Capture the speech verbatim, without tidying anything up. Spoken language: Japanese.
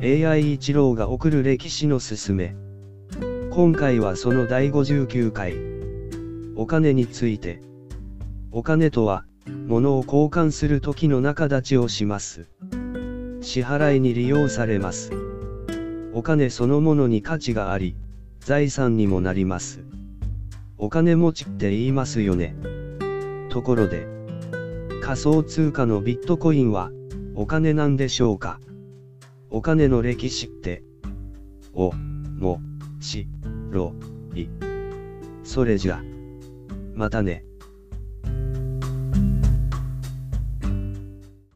エーアイ 一郎が送る歴史のすすめ。今回はそのだいごじゅうきゅうかい。お金について。お金とは、物を交換する時の仲立ちをします。支払いに利用されます。お金そのものに価値があり、財産にもなります。お金持ちって言いますよね。ところで、仮想通貨のビットコインは、お金なんでしょうか。お金の歴史って、お、も、し、ろ、い。それじゃ、またね。